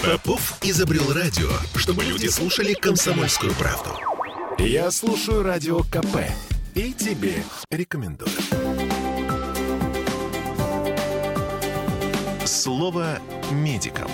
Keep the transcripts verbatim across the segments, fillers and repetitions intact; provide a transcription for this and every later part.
Попов изобрел радио, чтобы люди слушали «Комсомольскую правду». Я слушаю Радио КП и тебе рекомендую. Слово медикам.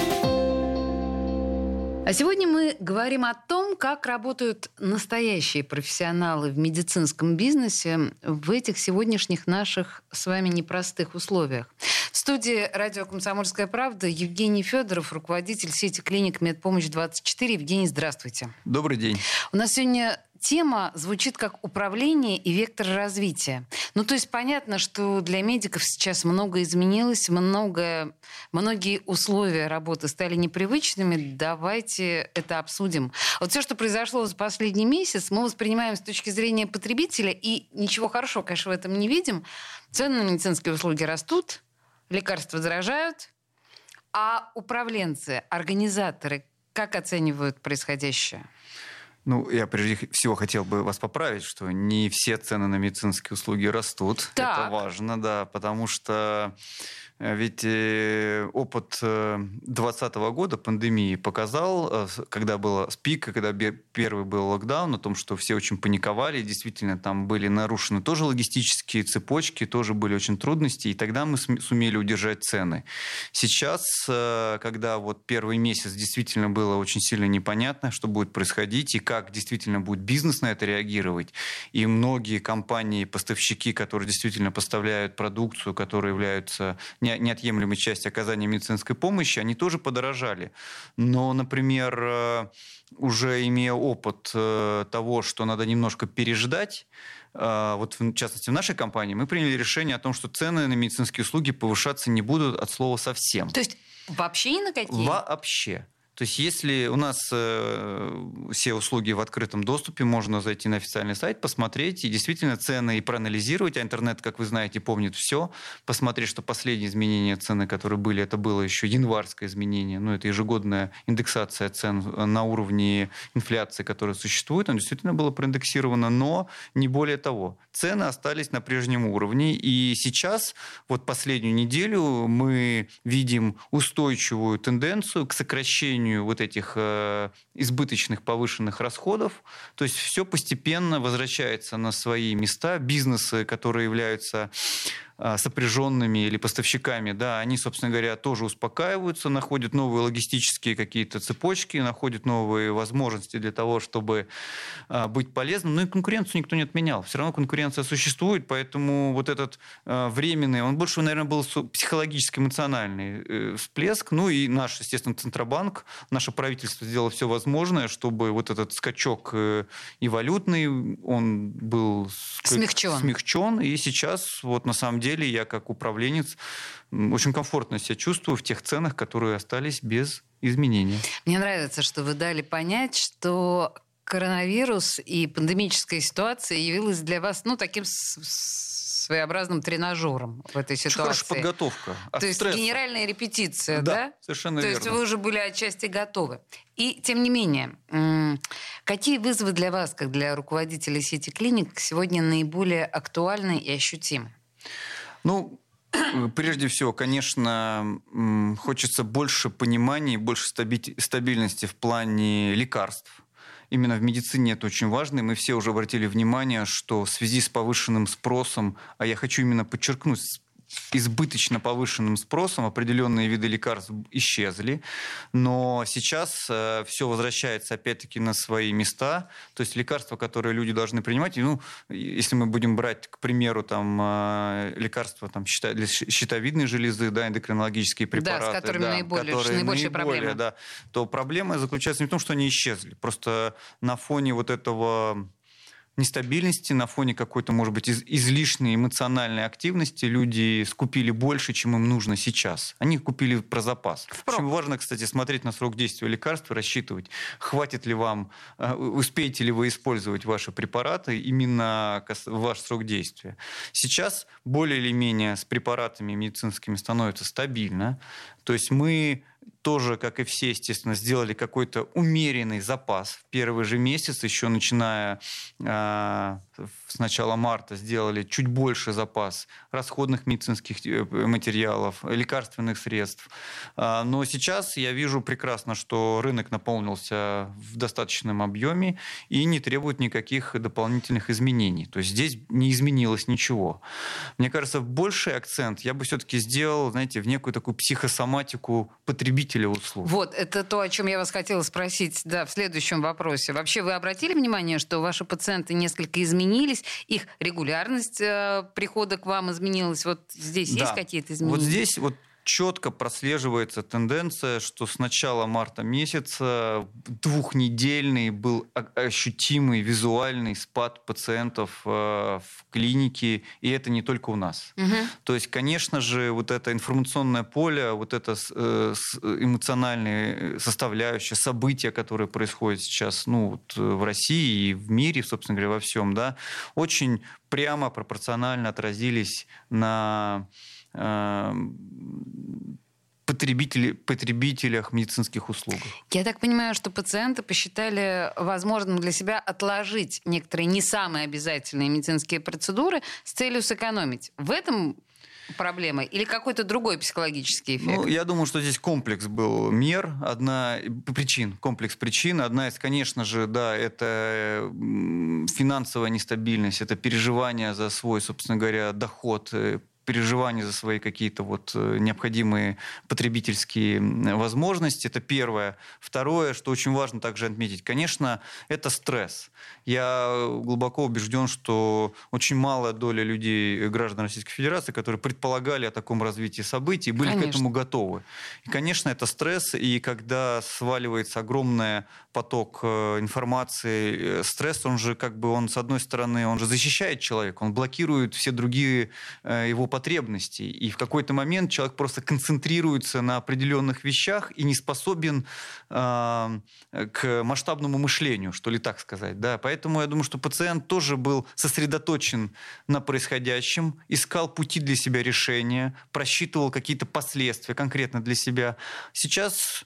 А сегодня мы говорим о том, как работают настоящие профессионалы в медицинском бизнесе в этих сегодняшних наших с вами непростых условиях. В студии радио «Комсомольская правда» Евгений Федоров, руководитель сети клиник «Медпомощь двадцать четыре». Евгений, здравствуйте. Добрый день. У нас сегодня тема звучит как управление и вектор развития. Ну, то есть понятно, что для медиков сейчас многое изменилось, многое, многие условия работы стали непривычными. Давайте это обсудим. Вот все, что произошло за последний месяц, мы воспринимаем с точки зрения потребителя, и ничего хорошего, конечно, в этом не видим. Цены на медицинские услуги растут, лекарства дорожают, а управленцы, организаторы как оценивают происходящее? Ну, я прежде всего хотел бы вас поправить, что не все цены на медицинские услуги растут. Так. Это важно, да, потому что ведь опыт двадцатого года, пандемии, показал, когда был пик, когда первый был локдаун, о том, что все очень паниковали, действительно там были нарушены тоже логистические цепочки, тоже были очень трудности, и тогда мы сумели удержать цены. Сейчас, когда вот первый месяц действительно было очень сильно непонятно, что будет происходить, и как действительно будет бизнес на это реагировать, и многие компании, поставщики, которые действительно поставляют продукцию, которые являются неотъемлемой частью оказания медицинской помощи, они тоже подорожали. Но, например, уже имея опыт того, что надо немножко переждать, вот в частности в нашей компании, мы приняли решение о том, что цены на медицинские услуги повышаться не будут от слова совсем. То есть вообще ни на какие? Вообще. То есть если у нас э, все услуги в открытом доступе, можно зайти на официальный сайт, посмотреть и действительно цены и проанализировать, а интернет, как вы знаете, помнит все, посмотреть, что последние изменения цены, которые были, это было еще январское изменение, ну это ежегодная индексация цен на уровне инфляции, которая существует, оно действительно было проиндексировано, но не более того. Цены остались на прежнем уровне, и сейчас, вот последнюю неделю, мы видим устойчивую тенденцию к сокращению вот этих э, избыточных повышенных расходов. То есть все постепенно возвращается на свои места. Бизнесы, которые являются э, сопряженными или поставщиками, да, они, собственно говоря, тоже успокаиваются, находят новые логистические какие-то цепочки, находят новые возможности для того, чтобы э, быть полезным. Но и конкуренцию никто не отменял. Все равно конкуренция существует, поэтому вот этот э, временный, он больше, наверное, был психологически-эмоциональный э, всплеск. Ну и наш, естественно, Центробанк, наше правительство сделало все возможное, чтобы вот этот скачок и валютный, он был смягчен. смягчен. И сейчас, вот на самом деле, я как управленец очень комфортно себя чувствую в тех ценах, которые остались без изменений. Мне нравится, что вы дали понять, что коронавирус и пандемическая ситуация явилась для вас, ну, таким своеобразным тренажером в этой ситуации. Очень хорошая подготовка. То есть стресса. Генеральная репетиция, да? Да, совершенно То верно. есть вы уже были отчасти готовы. И, тем не менее, какие вызовы для вас, как для руководителя сети клиник, сегодня наиболее актуальны и ощутимы? Ну, прежде всего, конечно, хочется больше понимания и больше стабильности в плане лекарств. Именно в медицине это очень важно, и мы все уже обратили внимание, что в связи с повышенным спросом, а я хочу именно подчеркнуть, избыточно повышенным спросом определенные виды лекарств исчезли, но сейчас э, все возвращается опять-таки на свои места, то есть лекарства, которые люди должны принимать, ну, если мы будем брать, к примеру, там, э, лекарства там, щита, для щитовидной железы, да, эндокринологические препараты, да, с которыми да, наиболее, которые наибольшие наиболее, проблемы, да, то проблема заключается не в том, что они исчезли, просто на фоне вот этого нестабильности, на фоне какой-то, может быть, из- излишней эмоциональной активности люди скупили больше, чем им нужно сейчас. Они купили про запас. Очень важно, кстати, смотреть на срок действия лекарств и рассчитывать, хватит ли вам, успеете ли вы использовать ваши препараты именно в ваш срок действия. Сейчас более или менее с препаратами медицинскими становится стабильно. То есть мы тоже, как и все, естественно, сделали какой-то умеренный запас. В первый же месяц, еще начиная э, с начала марта, сделали чуть больше запас расходных медицинских материалов, лекарственных средств. Э, но сейчас я вижу прекрасно, что рынок наполнился в достаточном объеме и не требует никаких дополнительных изменений. То есть здесь не изменилось ничего. Мне кажется, больший акцент я бы все-таки сделал, знаете, в некую такую психосоматику потребителя услуг. Вот, это то, о чем я вас хотела спросить, да, в следующем вопросе. Вообще, вы обратили внимание, что ваши пациенты несколько изменились, их регулярность э, прихода к вам изменилась? Вот здесь да. есть какие-то изменения? Вот здесь вот четко прослеживается тенденция, что с начала марта месяца двухнедельный был ощутимый визуальный спад пациентов в клинике, и это не только у нас. Угу. То есть, конечно же, вот это информационное поле, вот это эмоциональная составляющая, события, которые происходят сейчас ну, вот в России и в мире, собственно говоря, во всем, да, очень прямо пропорционально отразились на Потребители, потребителях медицинских услуг. Я так понимаю, что пациенты посчитали возможным для себя отложить некоторые не самые обязательные медицинские процедуры с целью сэкономить. В этом проблема или какой-то другой психологический эффект? Ну, я думаю, что здесь комплекс был мер, одна причин, комплекс причин. Одна из, конечно же, да, это финансовая нестабильность, это переживание за свой, собственно говоря, доход, переживания за свои какие-то вот необходимые потребительские возможности. Это первое. Второе, что очень важно также отметить, конечно, это стресс. Я глубоко убежден, что очень малая доля людей, граждан Российской Федерации, которые предполагали о таком развитии событий, были конечно. К этому готовы. И, конечно, это стресс, и когда сваливается огромный поток информации, стресс, он же как бы, он с одной стороны, он же защищает человека, он блокирует все другие его потребностей. И в какой-то момент человек просто концентрируется на определенных вещах и не способен э, к масштабному мышлению, что ли так сказать. Да? Поэтому я думаю, что пациент тоже был сосредоточен на происходящем, искал пути для себя решения, просчитывал какие-то последствия конкретно для себя. Сейчас...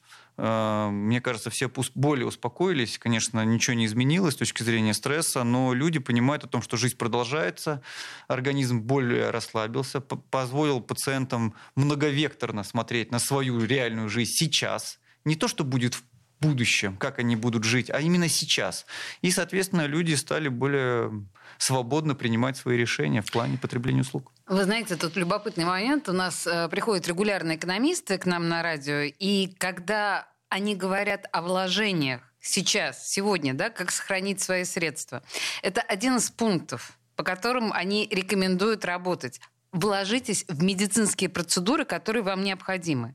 Мне кажется, все более успокоились. Конечно, ничего не изменилось с точки зрения стресса, но люди понимают о том, что жизнь продолжается, организм более расслабился, позволил пациентам многовекторно смотреть на свою реальную жизнь сейчас. Не то, что будет в будущем, как они будут жить, а именно сейчас. И, соответственно, люди стали более свободно принимать свои решения в плане потребления услуг. Вы знаете, тут любопытный момент. У нас э, приходят регулярные экономисты к нам на радио, и когда они говорят о вложениях сейчас, сегодня, да, как сохранить свои средства, это один из пунктов, по которым они рекомендуют работать. Вложитесь в медицинские процедуры, которые вам необходимы.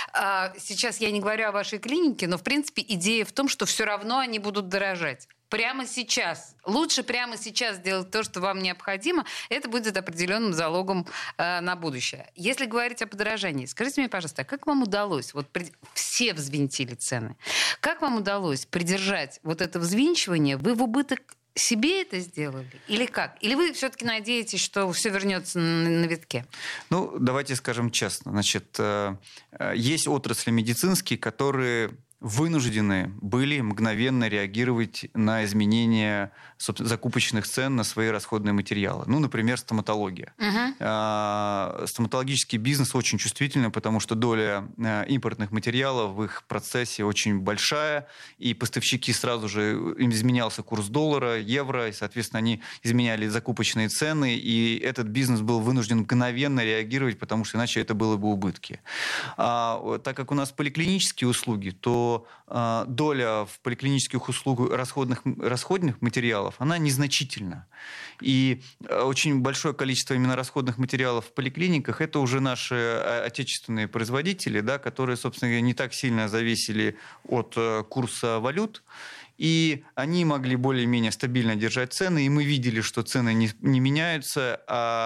Сейчас я не говорю о вашей клинике, но, в принципе, идея в том, что все равно они будут дорожать. Прямо сейчас. Лучше прямо сейчас сделать то, что вам необходимо. Это будет определенным залогом э, на будущее. Если говорить о подорожании, скажите мне, пожалуйста, а как вам удалось, вот при... все взвинтили цены, как вам удалось придержать вот это взвинчивание? Вы в убыток себе это сделали? Или как? Или вы все-таки надеетесь, что все вернется на, на витке? Ну, давайте скажем честно. Значит, э, э, есть отрасли медицинские, которые вынуждены были мгновенно реагировать на изменения закупочных цен на свои расходные материалы. Ну, например, стоматология. Uh-huh. А, стоматологический бизнес очень чувствительный, потому что доля а, импортных материалов в их процессе очень большая, и поставщики сразу же, им изменялся курс доллара, евро, и, соответственно, они изменяли закупочные цены, и этот бизнес был вынужден мгновенно реагировать, потому что иначе это было бы убытки. А, так как у нас поликлинические услуги, то доля в поликлинических услугах расходных, расходных материалов, она незначительна. И очень большое количество именно расходных материалов в поликлиниках это уже наши отечественные производители, да, которые, собственно говоря, не так сильно зависели от курса валют. И они могли более-менее стабильно держать цены, и мы видели, что цены не, не меняются, а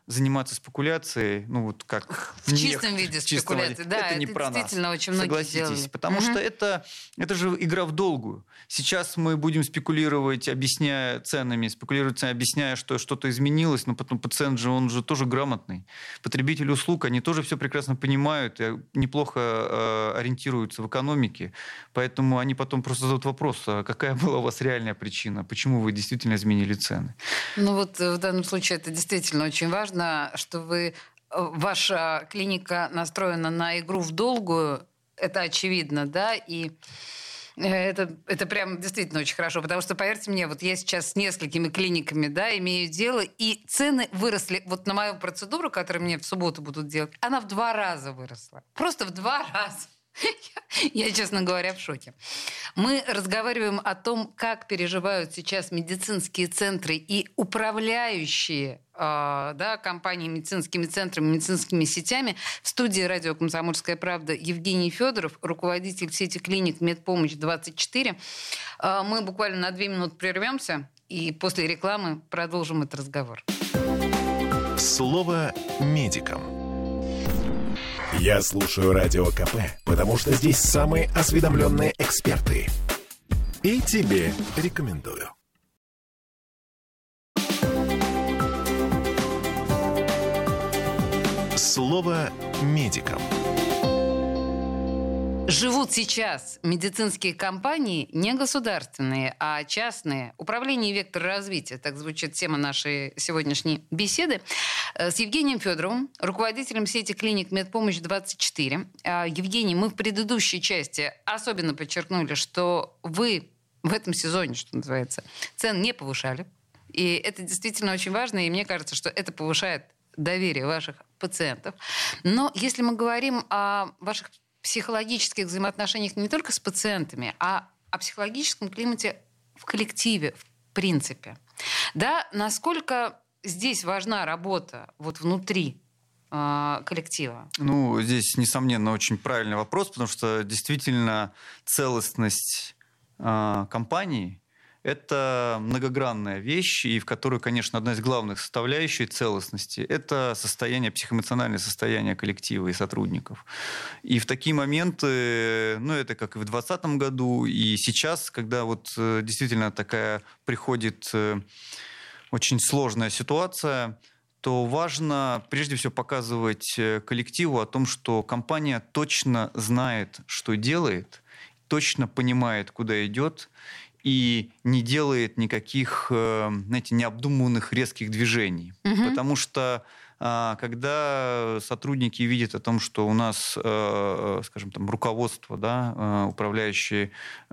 заниматься спекуляцией, ну вот как... В не, чистом виде спекуляции, да, это, это не про действительно нас. Очень многие Согласитесь, делали. Потому угу. что это, это же игра в долгую. Сейчас мы будем спекулировать, объясняя ценами, спекулировать, объясняя, что что-то изменилось, но потом пациент же, он же тоже грамотный. Потребители услуг, они тоже все прекрасно понимают, и неплохо э, ориентируются в экономике, поэтому они потом просто задают вопрос, а какая была у вас реальная причина, почему вы действительно изменили цены? Ну вот в данном случае это действительно очень важно, что вы, ваша клиника настроена на игру в долгую, это очевидно, да, и это, это прям действительно очень хорошо, потому что, поверьте мне, вот я сейчас с несколькими клиниками, да, имею дело, и цены выросли, вот на мою процедуру, которую мне в субботу будут делать, она в два раза выросла, просто в два раза. Я, честно говоря, в шоке. Мы разговариваем о том, как переживают сейчас медицинские центры и управляющие э, да, компании медицинскими центрами, медицинскими сетями. В студии радио «Комсомольская правда» Евгений Федоров, руководитель сети клиник «Медпомощь двадцать четыре». Э, мы буквально на две минуты прервемся и после рекламы продолжим этот разговор. Слово медикам. Я слушаю Радио КП, потому что здесь самые осведомленные эксперты. И тебе рекомендую. Слово медикам. Живут сейчас медицинские компании не государственные, а частные. Управление и вектор развития. Так звучит тема нашей сегодняшней беседы. С Евгением Федоровым, руководителем сети клиник «Медпомощь двадцать четыре». Евгений, мы в предыдущей части особенно подчеркнули, что вы в этом сезоне, что называется, цен не повышали. И это действительно очень важно, и мне кажется, что это повышает доверие ваших пациентов. Но если мы говорим о ваших психологических взаимоотношениях не только с пациентами, а о психологическом климате в коллективе, в принципе. Да, насколько здесь важна работа вот внутри э, коллектива? Ну, здесь, несомненно, очень правильный вопрос, потому что действительно целостность э, компании – это многогранная вещь, и в которой, конечно, одна из главных составляющих целостности – это состояние, психоэмоциональное состояние коллектива и сотрудников. И в такие моменты, ну, это как и в двадцатом году, и сейчас, когда вот действительно такая приходит очень сложная ситуация, то важно прежде всего показывать коллективу о том, что компания точно знает, что делает, точно понимает, куда идет, и не делает никаких, знаете, необдуманных резких движений. Угу. Потому что когда сотрудники видят о том, что у нас, скажем, там, руководство, да, управляющие,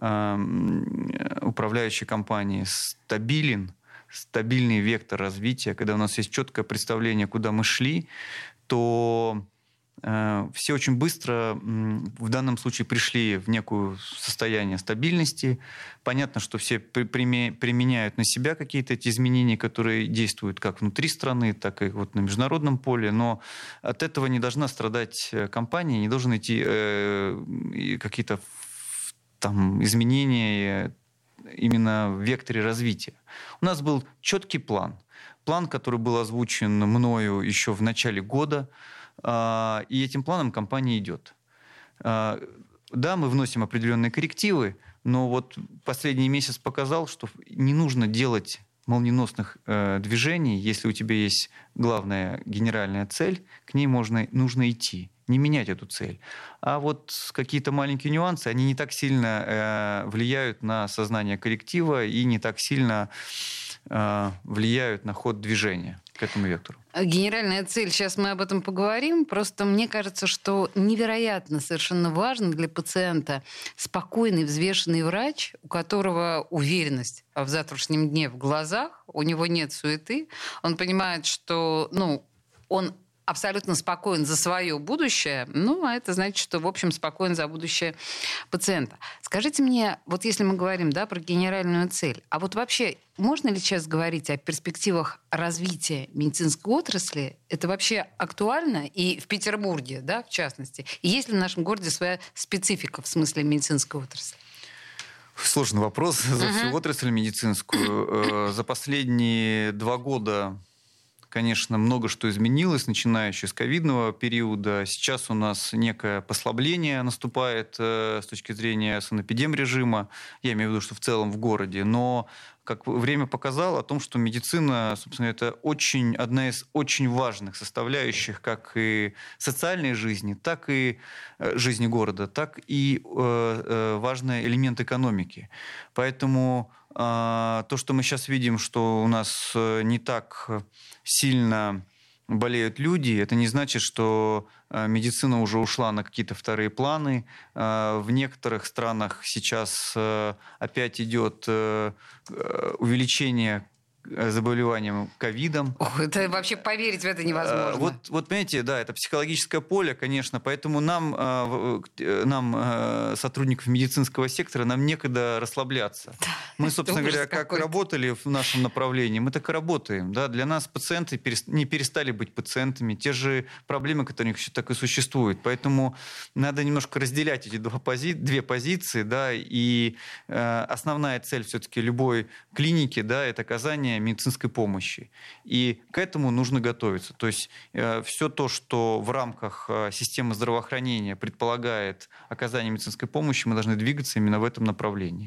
управляющие компании стабилен, стабильный вектор развития, когда у нас есть четкое представление, куда мы шли, то все очень быстро в данном случае пришли в некое состояние стабильности. Понятно, что все применяют на себя какие-то эти изменения, которые действуют как внутри страны, так и вот на международном поле. Но от этого не должна страдать компания, не должны идти э, какие-то там изменения именно в векторе развития. У нас был четкий план. План, который был озвучен мною еще в начале года. И этим планом компания идет. Да, мы вносим определенные коррективы, но вот последний месяц показал, что не нужно делать молниеносных э, движений, если у тебя есть главная генеральная цель, к ней можно, нужно идти, не менять эту цель. А вот какие-то маленькие нюансы, они не так сильно э, влияют на сознание коллектива и не так сильно э, влияют на ход движения к этому вектору. Генеральная цель, сейчас мы об этом поговорим. Просто мне кажется, что невероятно совершенно важно для пациента спокойный, взвешенный врач, у которого уверенность в завтрашнем дне в глазах, у него нет суеты, он понимает, что ну, он абсолютно спокоен за свое будущее, ну, а это значит, что, в общем, спокоен за будущее пациента. Скажите мне, вот если мы говорим, да, про генеральную цель, а вот вообще можно ли сейчас говорить о перспективах развития медицинской отрасли? Это вообще актуально? И в Петербурге, да, в частности? И есть ли в нашем городе своя специфика в смысле медицинской отрасли? Сложный вопрос за uh-huh. всю отрасль медицинскую. За последние два года конечно, много что изменилось, начиная еще с ковидного периода. Сейчас у нас некое послабление наступает э, с точки зрения санэпидемрежима. Я имею в виду, что в целом в городе. Но как время показало, о том, что медицина, собственно, это очень, одна из очень важных составляющих как и социальной жизни, так и жизни города, так и э, э, важный элемент экономики. Поэтому э, то, что мы сейчас видим, что у нас не так сильно болеют люди, это не значит, что медицина уже ушла на какие-то вторые планы. В некоторых странах сейчас опять идет увеличение заболеванием ковидом. Ох, это вообще поверить в это невозможно. Вот, вот понимаете, да, это психологическое поле, конечно, поэтому нам, нам, сотрудников медицинского сектора, нам некогда расслабляться. Мы, собственно говоря, как работали в нашем направлении, мы так и работаем. Да? Для нас пациенты не перестали быть пациентами, те же проблемы, которые у них еще так и существуют. Поэтому надо немножко разделять эти два пози... две позиции, да, и э, основная цель все-таки любой клиники, да, это оказание медицинской помощи. И к этому нужно готовиться. То есть э, все то, что в рамках э, системы здравоохранения предполагает оказание медицинской помощи, мы должны двигаться именно в этом направлении.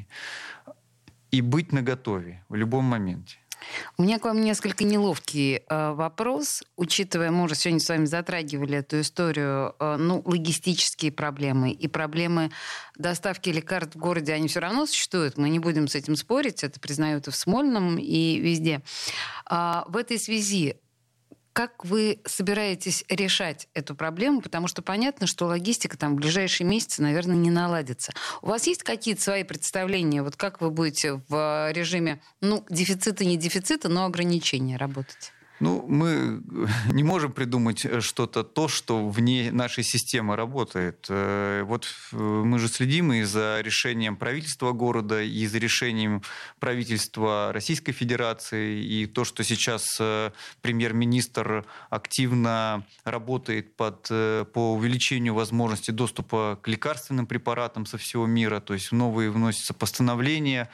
И быть наготове в любом моменте. У меня к вам несколько неловкий э, вопрос, учитывая, мы уже сегодня с вами затрагивали эту историю, э, ну, логистические проблемы и проблемы доставки лекарств в городе, они все равно существуют, мы не будем с этим спорить, это признают и в Смольном, и везде. А в этой связи как вы собираетесь решать эту проблему? Потому что понятно, что логистика там в ближайшие месяцы, наверное, не наладится. У вас есть какие-то свои представления? Вот как вы будете в режиме, ну, дефицита, не дефицита, но ограничения работать? Ну, мы не можем придумать что-то то, что вне нашей системы работает. Вот мы же следим и за решением правительства города, и за решением правительства Российской Федерации, и то, что сейчас премьер-министр активно работает под, по увеличению возможности доступа к лекарственным препаратам со всего мира, то есть новые вносятся постановления,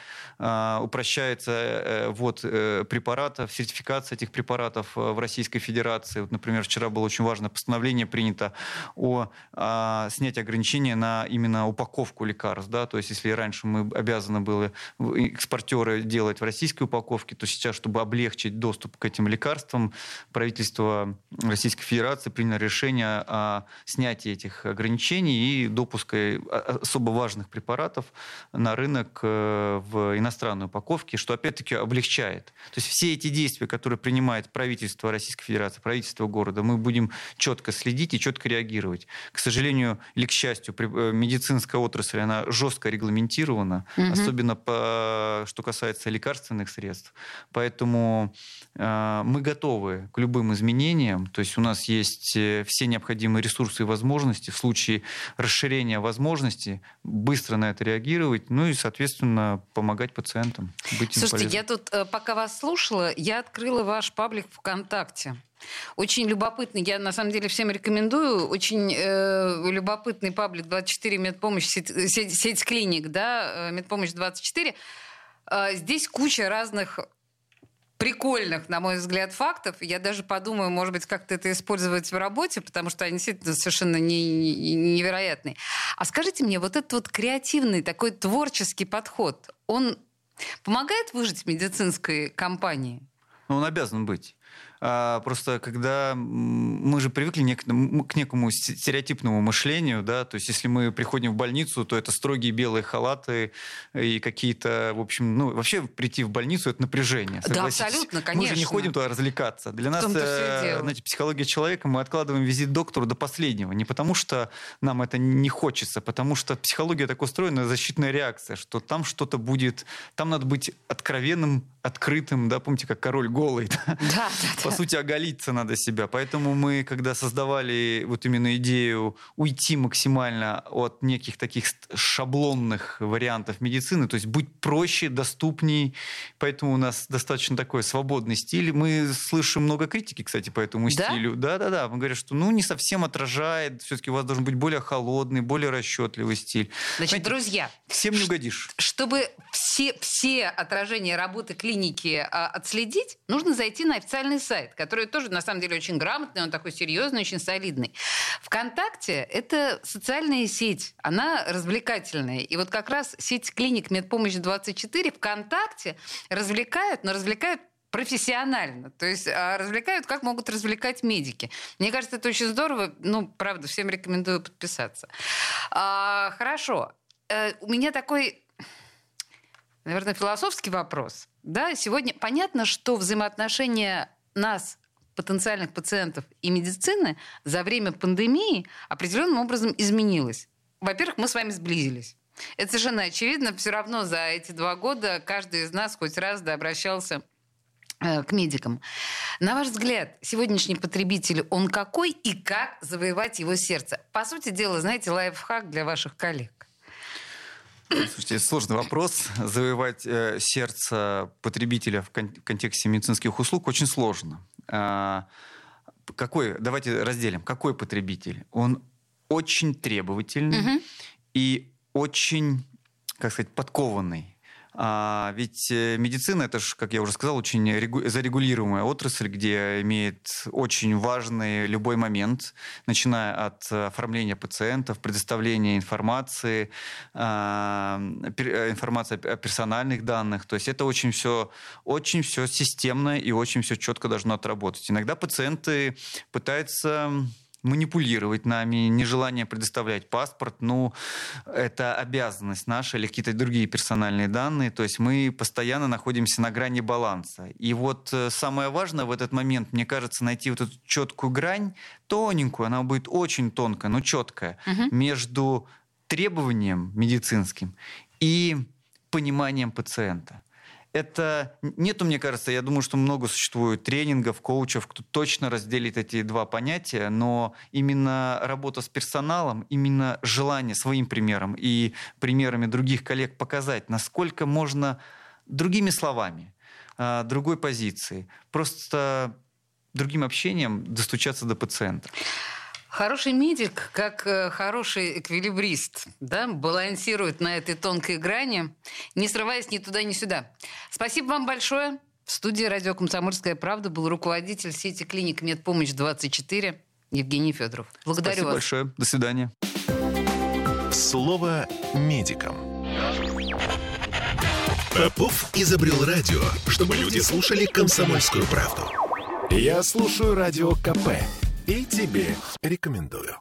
упрощается ввод препаратов, сертификация этих препаратов в Российской Федерации. Вот, например, вчера было очень важное постановление принято о, о снятии ограничения на именно упаковку лекарств. Да? То есть если раньше мы обязаны были экспортеры делать в российской упаковке, то сейчас, чтобы облегчить доступ к этим лекарствам, правительство Российской Федерации приняло решение о снятии этих ограничений и допуска особо важных препаратов на рынок в иностранной упаковке, что опять-таки облегчает. То есть все эти действия, которые принимает правительство правительство Российской Федерации, правительство города, мы будем четко следить и четко реагировать. К сожалению или к счастью, медицинская отрасль, она жестко регламентирована, угу. особенно по, что касается лекарственных средств. Поэтому э, мы готовы к любым изменениям. То есть у нас есть все необходимые ресурсы и возможности в случае расширения возможностей быстро на это реагировать, ну и, соответственно, помогать пациентам. Быть им Слушайте, полезным. я тут, пока вас слушала, я открыла ваш паблик ВКонтакте. Очень любопытный, я на самом деле всем рекомендую, очень э, любопытный паблик двадцать четыре медпомощь, сеть, сеть, сеть клиник, да, медпомощь двадцать четыре. Э, здесь куча разных прикольных, на мой взгляд, фактов. Я даже подумаю, может быть, как-то это использовать в работе, потому что они действительно совершенно не, не, невероятные. А скажите мне, вот этот вот креативный, такой творческий подход, он помогает выжить медицинской компании? Ну, он обязан быть. Просто когда мы же привыкли к некому стереотипному мышлению, да, то есть если мы приходим в больницу, то это строгие белые халаты и какие-то, в общем, ну, вообще прийти в больницу — это напряжение. Да, абсолютно, конечно. Мы же не ходим туда развлекаться. Для нас, знаете, психология человека, мы откладываем визит к доктору до последнего. Не потому что нам это не хочется, потому что психология так устроена, защитная реакция, что там что-то будет, там надо быть откровенным, открытым, да, помните, как король голый. Да, да, По да. сути, оголиться надо себя. Поэтому мы, когда создавали вот именно идею уйти максимально от неких таких шаблонных вариантов медицины, то есть быть проще, доступней, поэтому у нас достаточно такой свободный стиль. Мы слышим много критики, кстати, по этому да? стилю. Да-да-да. Мы говорим, что ну, не совсем отражает, все-таки у вас должен быть более холодный, более расчетливый стиль. Значит, знаете, друзья, всем не угодишь. Чтобы все, все отражения работы клиники а, отследить, нужно зайти на официальный сайт сайт, который тоже, на самом деле, очень грамотный, он такой серьезный, очень солидный. ВКонтакте — это социальная сеть, она развлекательная. И вот как раз сеть клиник «Медпомощь двадцать четыре» ВКонтакте развлекают, но развлекают профессионально. То есть развлекают, как могут развлекать медики. Мне кажется, это очень здорово. Ну, правда, всем рекомендую подписаться. А, хорошо. А, у меня такой, наверное, философский вопрос. Да, сегодня понятно, что взаимоотношения нас, потенциальных пациентов, и медицины за время пандемии определенным образом изменилось. Во-первых, мы с вами сблизились. Это совершенно очевидно. Все равно за эти два года каждый из нас хоть раз да, обращался к медикам. На ваш взгляд, сегодняшний потребитель, он какой и как завоевать его сердце? По сути дела, знаете, лайфхак для ваших коллег. Слушайте, сложный вопрос. Завоевать э, сердце потребителя в кон- контексте медицинских услуг очень сложно. А, какой, давайте разделим. Какой потребитель? Он очень требовательный угу. и очень, как сказать, подкованный. А, ведь медицина, это же, как я уже сказал, очень регу- зарегулируемая отрасль, где имеет очень важный любой момент, начиная от оформления пациентов, предоставления информации, а, пер- информации о персональных данных. То есть это очень все, очень все системно и очень все четко должно отработать. Иногда пациенты пытаются манипулировать нами, нежелание предоставлять паспорт, ну, это обязанность наша или какие-то другие персональные данные, то есть мы постоянно находимся на грани баланса. И вот самое важное в этот момент, мне кажется, найти вот эту четкую грань, тоненькую, она будет очень тонкая, но четкая, угу. между требованием медицинским и пониманием пациента. Это нету, мне кажется, я думаю, что много существует тренингов, коучев, кто точно разделит эти два понятия, но именно работа с персоналом, именно желание своим примером и примерами других коллег показать, насколько можно другими словами, другой позицией, просто другим общением достучаться до пациента. Хороший медик, как э, хороший эквилибрист, да, балансирует на этой тонкой грани, не срываясь ни туда, ни сюда. Спасибо вам большое. В студии радио «Комсомольская правда» был руководитель сети клиник «Медпомощь двадцать четыре» Евгений Федоров. Благодарю Спасибо вас. большое. До свидания. Слово медикам. Попов изобрел радио, чтобы люди слушали «Комсомольскую правду». Я слушаю радио ка пэ и тебе рекомендую.